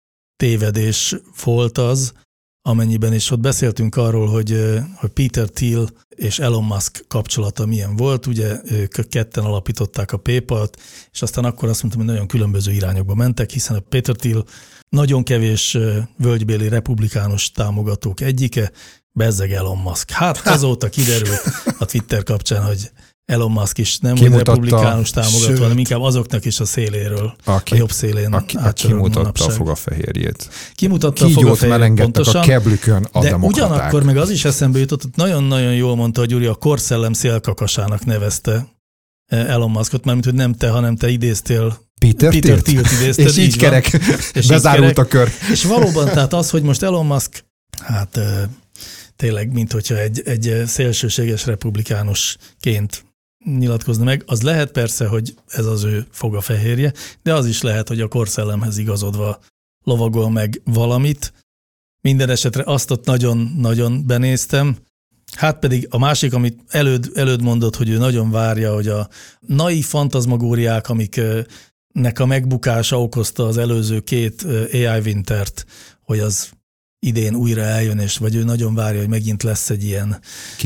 tévedés volt az, amennyiben is ott beszéltünk arról, hogy Peter Thiel és Elon Musk kapcsolata milyen volt. Ugye ők ketten alapították a PayPal-t, és aztán akkor azt mondtam, hogy nagyon különböző irányokba mentek, hiszen a Peter Thiel nagyon kevés völgybéli republikánus támogatók egyike, bezzeg Elon Musk. Hát azóta kiderült a Twitter kapcsán, hogy Elon Musk is nem úgy republikánus támogató, hanem inkább azoknak is a széléről, a jobb szélén kimutatta a fogafehérjét. Kimutatta a fogafehérjét, pontosan. A keblükön a de demokraták. Ugyanakkor meg az is eszembe jutott, hogy nagyon-nagyon jól mondta, hogy Gyuri a korszellem szélkakasának nevezte Elon Muskot, mármint, hogy nem te, hanem te idéztél Peter Thielt idézted. És így kerek, bezárult a kör. És valóban, tehát az, hogy most Elon Musk, hát tényleg, mint hogyha egy szélsőséges republikánusként nyilatkozni meg. Az lehet persze, hogy ez az ő fogafehérje, de az is lehet, hogy a korszellemhez igazodva lovagol meg valamit. Minden esetre azt ott nagyon-nagyon benéztem. Hát pedig a másik, amit előd mondott, hogy ő nagyon várja, hogy a naív fantazmagóriák, amiknek a megbukása okozta az előző 2 AI Wintert, hogy az idén újra eljön, vagy ő nagyon várja, hogy megint lesz egy ilyen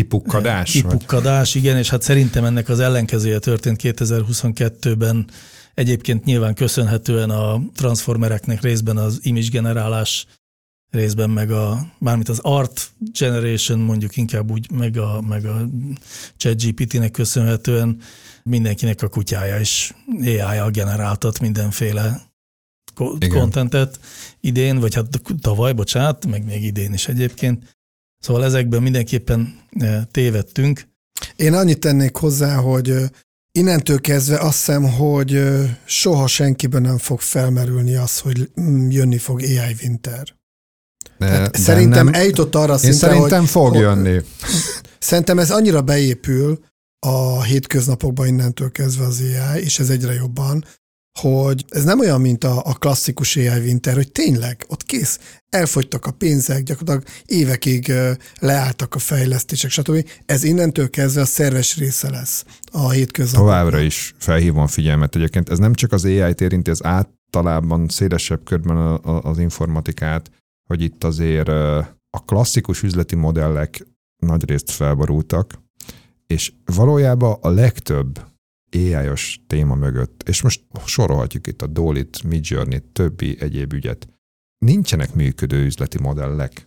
kipukkadás, igen, és hát szerintem ennek az ellenkezője történt 2022-ben, egyébként nyilván köszönhetően a transformereknek részben az image generálás, részben mármint az art generation, mondjuk inkább úgy, meg a ChatGPT-nek köszönhetően mindenkinek a kutyája is AI-jal generáltat mindenféle contentet idén, vagy hát tavaly, bocsánat, meg még idén is egyébként. Szóval ezekben mindenképpen tévedtünk. Én annyit tennék hozzá, hogy innentől kezdve azt hiszem, hogy soha senkiben nem fog felmerülni az, hogy jönni fog AI Winter. Szerintem eljutott arra szinten, szerintem fog jönni. Szerintem ez annyira beépül a hétköznapokban innentől kezdve az AI, és ez egyre jobban, hogy ez nem olyan, mint a klasszikus AI Winter, hogy tényleg ott kész, elfogytak a pénzek, gyakorlatilag évekig leálltak a fejlesztések, stb. Ez innentől kezdve a szerves része lesz a hétköznapokban. Továbbra is felhívom figyelmet egyébként. Ez nem csak az AI-t érinti, ez általában szélesebb körben az informatikát, hogy itt azért a klasszikus üzleti modellek nagyrészt felborultak, és valójában a legtöbb AI-os téma mögött, és most sorolhatjuk itt a Dolly-t, Midjourney-t, többi egyéb ügyet, nincsenek működő üzleti modellek.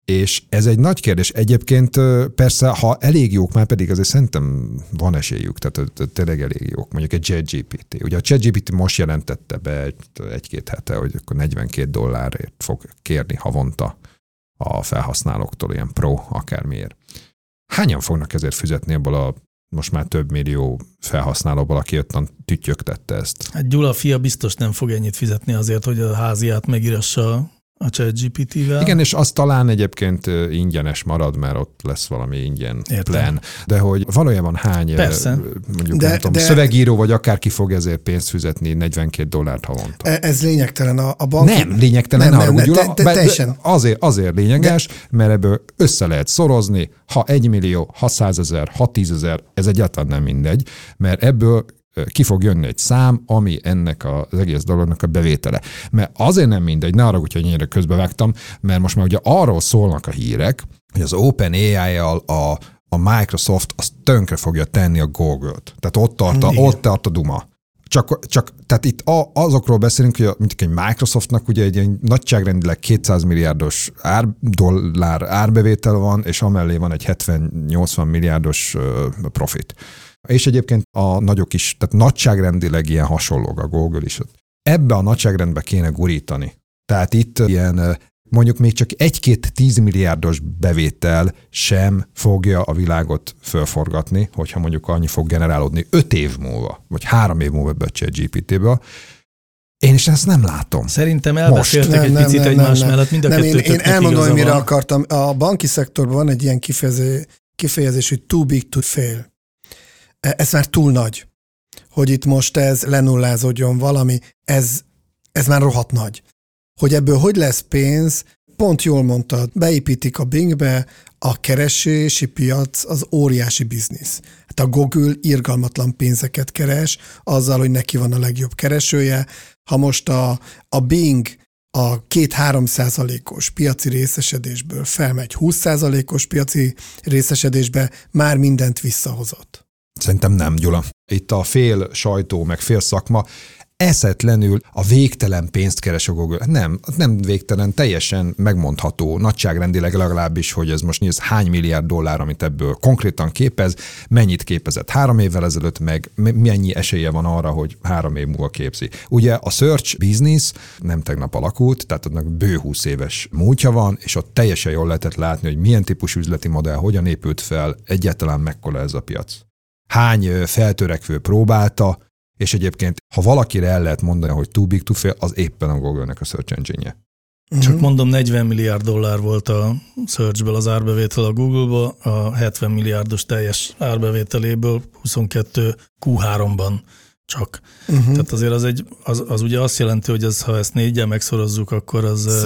És ez egy nagy kérdés. Egyébként persze, ha elég jók, már pedig azért szerintem van esélyük, tehát tényleg elég jók. Mondjuk egy ChatGPT. Ugye a ChatGPT most jelentette be egy-két hete, hogy akkor $42 fog kérni havonta a felhasználóktól, ilyen pro akármiért. Hányan fognak ezért fizetni ebből a most már több millió felhasználóból, aki ottan tüttyögtette ezt? Hát Gyula fia biztos nem fog ennyit fizetni azért, hogy a háziát megírassa a ChatGPT-vel. Igen, és az talán egyébként ingyenes marad, mert ott lesz valami ingyen plan. De hogy valójában hány mondjuk nem tudom, szövegíró vagy akárki fog ezért pénzt fizetni $42 havonta. Ez lényegtelen. A banki... Nem, lényegtelen. Teljesen. Azért lényeges, mert ebből össze lehet szorozni, ha 1 millió, ha 100 000, ha 10 000, ez egyáltalán nem mindegy, mert ebből ki fog jönni egy szám, ami ennek az egész dolognak a bevétele. Mert azért nem mindegy, ne haragudj, hogy ennyire közbevágtam, mert most már ugye arról szólnak a hírek, hogy az OpenAI-jal a Microsoft az tönkre fogja tenni a Google-t. Tehát ott tart a duma. Csak tehát itt azokról beszélünk, hogy mondjuk egy Microsoftnak ugye egy ilyen nagyságrendileg $200 milliárdos árbevétel van, és amellé van egy 70-80 milliárdos profit. És egyébként a nagyok is, tehát nagyságrendileg ilyen hasonlók a Google is. Ebbe a nagyságrendbe kéne gurítani. Tehát itt ilyen mondjuk még csak 1-2-10 milliárdos bevétel sem fogja a világot fölforgatni, hogyha mondjuk annyi fog generálódni 5 év múlva, vagy 3 év múlva ebből a ChatGPT-ből. Én is ezt nem látom. Szerintem elbeszéltek egy picit egymás mellett, mind a kettőtöknek én elmondom, hogy mire akartam. A banki szektorban van egy ilyen kifejezés, hogy too big to fail. Ez már túl nagy, hogy itt most ez lenullázódjon valami, ez már rohadt nagy. Hogy ebből hogy lesz pénz, pont jól mondtad, beépítik a Bingbe, a keresési piac az óriási biznisz. Hát a Google irgalmatlan pénzeket keres, azzal, hogy neki van a legjobb keresője. Ha most a Bing a 2-3%-os piaci részesedésből felmegy 20%-os piaci részesedésbe, már mindent visszahozott. Szerintem nem, Gyula. Itt a fél sajtó, meg fél szakma eszetlenül a végtelen pénzt keres a Google. Nem végtelen, teljesen megmondható, nagyságrendileg legalábbis, hogy ez most nézd hány milliárd dollár, amit ebből konkrétan képez, mennyit képezett 3 évvel ezelőtt, meg mennyi esélye van arra, hogy 3 év múlva képzi. Ugye a search business nem tegnap alakult, tehát annak bő 20 éves múltja van, és ott teljesen jól lehetett látni, hogy milyen típusú üzleti modell, hogyan épült fel, egyáltalán mekkora ez a piac. Hány feltörekvő próbálta, és egyébként, ha valakire el lehet mondani, hogy too big to fail, az éppen a Google-nek a search engine-je. Csak mondom, $40 milliárd volt a searchből az árbevétel a Google-ba, a 70 milliárdos teljes árbevételéből 22 Q3-ban csak. Tehát azért az ugye azt jelenti, hogy ha ezt 4-jel megszorozzuk, akkor az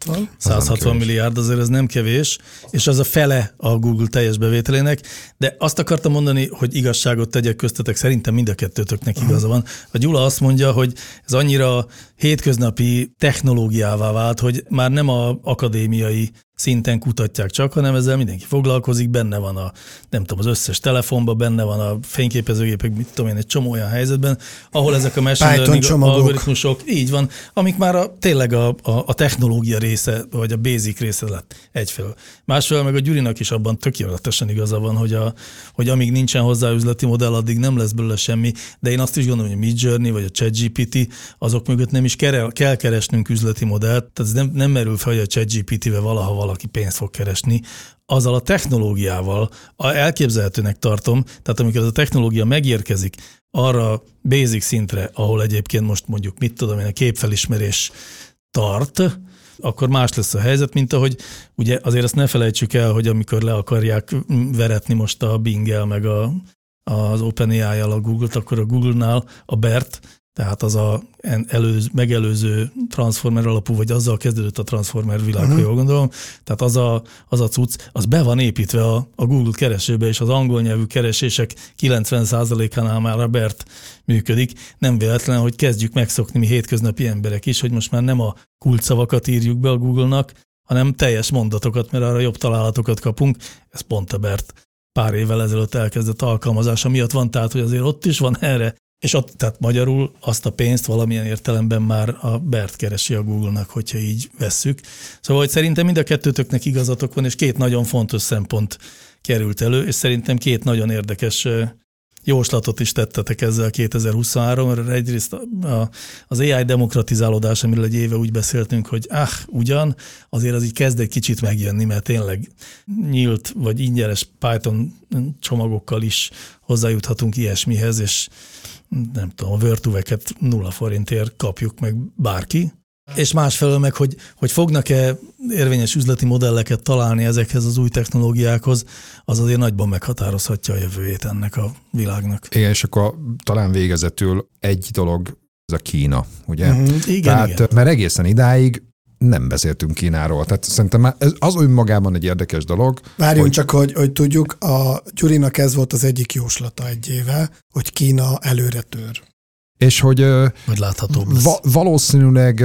160 milliárd, azért ez nem kevés, és az a fele a Google teljes bevételének, de azt akartam mondani, hogy igazságot tegyek köztetek, szerintem mind a kettőtöknek igaza van. A Gyula azt mondja, hogy ez annyira hétköznapi technológiává vált, hogy már nem az akadémiai szinten kutatják csak, hanem ezzel mindenki foglalkozik, benne van az összes telefonban, benne van a fényképezőgépek, mit tudom én, egy csomó olyan helyzetben, ahol ezek a machine learning algoritmusok, így van, amik már tényleg a technológia része, vagy a basic része lett egyfelől. Másfelől meg a Gyurinak is abban tökéletesen igaza van, hogy amíg nincsen hozzá üzleti modell, addig nem lesz belőle semmi, de én azt is gondolom, hogy a Midjourney vagy a ChatGPT, azok mögött nem is kell keresnünk üzleti modellt, tehát ez nem merül fel, hogy a ChatGPT-vel valaha valaki pénzt fog keresni, azzal a technológiával elképzelhetőnek tartom, tehát amikor ez a technológia megérkezik arra basic szintre, ahol egyébként most mondjuk a képfelismerés tart, akkor más lesz a helyzet, mint ahogy ugye azért azt ne felejtsük el, hogy amikor le akarják veretni most a Bing-el meg az OpenAI-jal a Google-t, akkor a Google-nál a BERT, tehát az a megelőző Transformer alapú, vagy azzal kezdődött a Transformer világ, ha jól gondolom. Tehát az a cucc, az be van építve a Google keresőbe, és az angol nyelvű keresések 90%-ánál már a BERT működik. Nem véletlen, hogy kezdjük megszokni mi hétköznapi emberek is, hogy most már nem a kulcsszavakat írjuk be a Google-nak, hanem teljes mondatokat, mert arra jobb találatokat kapunk. Ez pont a BERT pár évvel ezelőtt elkezdett alkalmazása miatt van, tehát hogy azért ott is van erre És tehát magyarul azt a pénzt valamilyen értelemben már a Bert keresi a Google-nak, hogyha így vesszük. Szóval, hogy szerintem mind a kettőtöknek igazatok van, és két nagyon fontos szempont került elő, és szerintem két nagyon érdekes jóslatot is tettetek ezzel 2023-ra. Egyrészt az AI demokratizálódás, amiről egy éve úgy beszéltünk, hogy ugyan, azért az így kezd egy kicsit megjönni, mert tényleg nyílt vagy ingyenes Python csomagokkal is hozzájuthatunk ilyesmihez, és nem tudom, a Virtuveket 0 forintért kapjuk meg bárki. És másfelől meg, hogy fognak-e érvényes üzleti modelleket találni ezekhez az új technológiákhoz, az azért nagyban meghatározhatja a jövőjét ennek a világnak. Igen, és akkor talán végezetül egy dolog, ez a Kína, ugye? Igen, tehát, igen. Mert egészen idáig nem beszéltünk Kínáról. Tehát szerintem ez az önmagában egy érdekes dolog. Várjunk csak, hogy tudjuk, a Gyurinak ez volt az egyik jóslata egy éve, hogy Kína előre tör. És hogy vagy láthatóbb lesz. Valószínűleg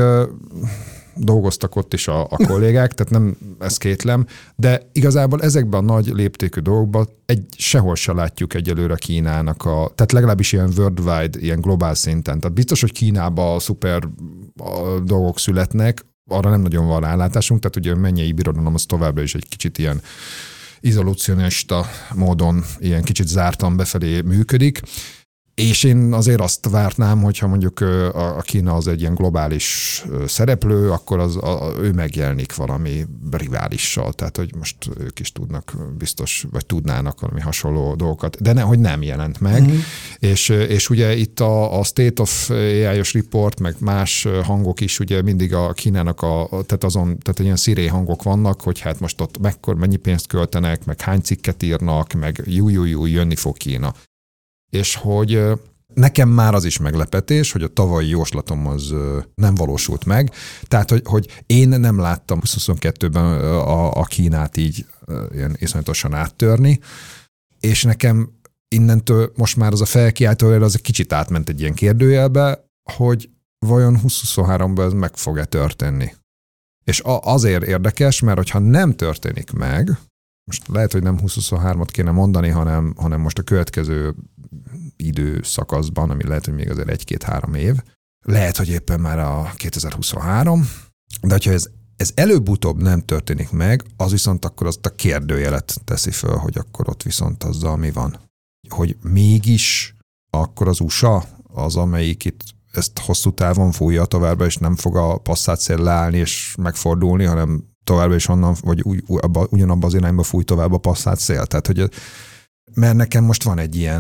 dolgoztak ott is a kollégák, tehát nem ezt kétlem, de igazából ezekben a nagy léptékű dolgokban sehol se látjuk egyelőre Kínának tehát legalábbis ilyen worldwide, ilyen globál szinten. Tehát biztos, hogy Kínában szuper dolgok születnek, arra nem nagyon van rálátásunk, tehát ugye a mennyei birodalom az továbbra is egy kicsit ilyen izolúcionista módon, ilyen kicsit zártan befelé működik. És én azért azt várnám, hogyha mondjuk a Kína az egy ilyen globális szereplő, akkor ő megjelenik valami riválissal. Tehát, hogy most ők is tudnak biztos, vagy tudnának valami hasonló dolgokat, de hogy nem jelent meg. Mm-hmm. És ugye itt a State of AI-os report, meg más hangok is ugye mindig a Kínának, tehát ilyen sziré hangok vannak, hogy hát most ott mennyi pénzt költenek, meg hány cikket írnak, meg jönni fog Kína. És hogy nekem már az is meglepetés, hogy a tavalyi jóslatom az nem valósult meg. Tehát, hogy én nem láttam 2022-ben a Kínát így ilyen iszonyatosan áttörni, és nekem innentől most már az a felkiáltó, az egy kicsit átment egy ilyen kérdőjelbe, hogy vajon 2023-ban ez meg fog-e történni. És azért érdekes, mert hogyha nem történik meg, most lehet, hogy nem 2023-at kéne mondani, hanem most a következő időszakaszban, ami lehet, hogy még azért 1-2-3 év. Lehet, hogy éppen már a 2023, de hogyha ez előbb-utóbb nem történik meg, az viszont akkor azt a kérdőjelet teszi föl, hogy akkor ott viszont azzal mi van. Hogy mégis akkor az USA az, amelyik itt ezt hosszú távon fújja továbbra, és nem fog a Passat szél leállni és megfordulni, hanem továbbra is onnan, vagy ugyanabban az irányba fúj tovább a Passat szél. Tehát, hogy mert nekem most van egy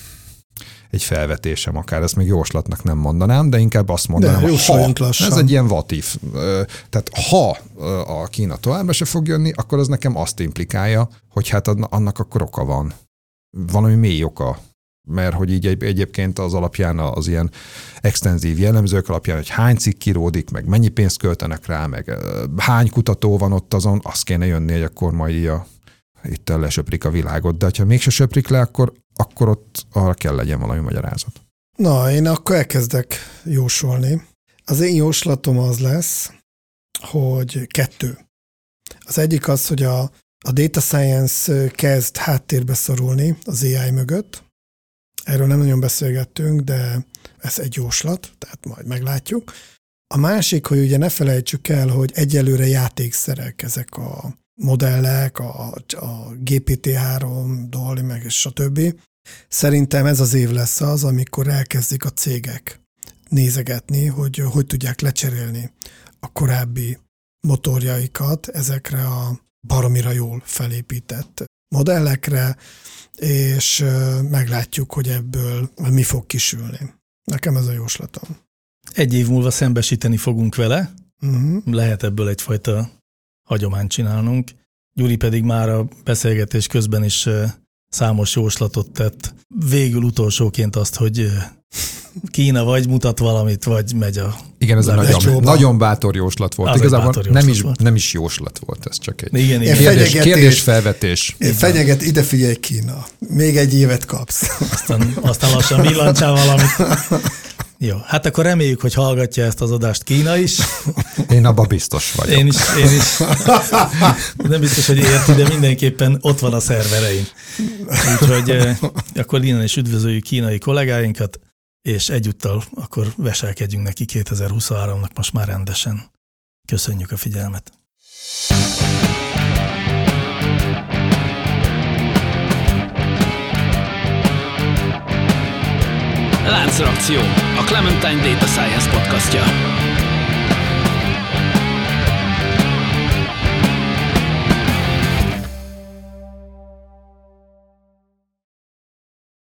felvetésem, akár ezt még jóslatnak nem mondanám, de inkább azt mondanám, hogy ez egy ilyen what if. Tehát ha a Kína továbbra se fog jönni, akkor az nekem azt implikálja, hogy hát annak akkor oka van. Valami mély oka. Mert hogy így egyébként az alapján, az ilyen extenzív jellemzők alapján, hogy hány cikk íródik, meg mennyi pénzt költenek rá, meg hány kutató van ott azon, azt kéne jönni, hogy akkor majd itt lesöprik a világot. De ha mégse söprik le, akkor ott arra kell legyen valami magyarázat. Na, én akkor elkezdek jósolni. Az én jóslatom az lesz, hogy 2. Az egyik az, hogy a data science kezd háttérbe szorulni az AI mögött. Erről nem nagyon beszélgettünk, de ez egy jóslat, tehát majd meglátjuk. A másik, hogy ugye ne felejtsük el, hogy egyelőre játékszerek ezek a modellek, a GPT-3, DALL-E, meg stb. Szerintem ez az év lesz az, amikor elkezdik a cégek nézegetni, hogy tudják lecserélni a korábbi motorjaikat ezekre a baromira jól felépített modellekre, és meglátjuk, hogy ebből mi fog kisülni. Nekem ez a jóslatom. 1 év múlva szembesíteni fogunk vele, lehet ebből egyfajta hagyományt csinálnunk. Gyuri pedig már a beszélgetés közben is számos jóslatot tett. Végül utolsóként azt, hogy Kína vagy mutat valamit, vagy megy a... Igen, ez egy nagyon bátor jóslat volt. Az igazából nem is jóslat volt, ez csak egy kérdésfelvetés. Ide figyelj Kína, még 1 évet kapsz. Aztán lassan villancsál valamit. Jó, hát akkor reméljük, hogy hallgatja ezt az adást Kína is. Én abban biztos vagyok. Én is. Nem biztos, hogy érti, de mindenképpen ott van a szerverein. Úgyhogy akkor innen is üdvözöljük kínai kollégáinkat, és egyúttal akkor veselkedjünk neki 2023-nak most már rendesen. Köszönjük a figyelmet! Láncreakció, a Clementine Data Science podcastja.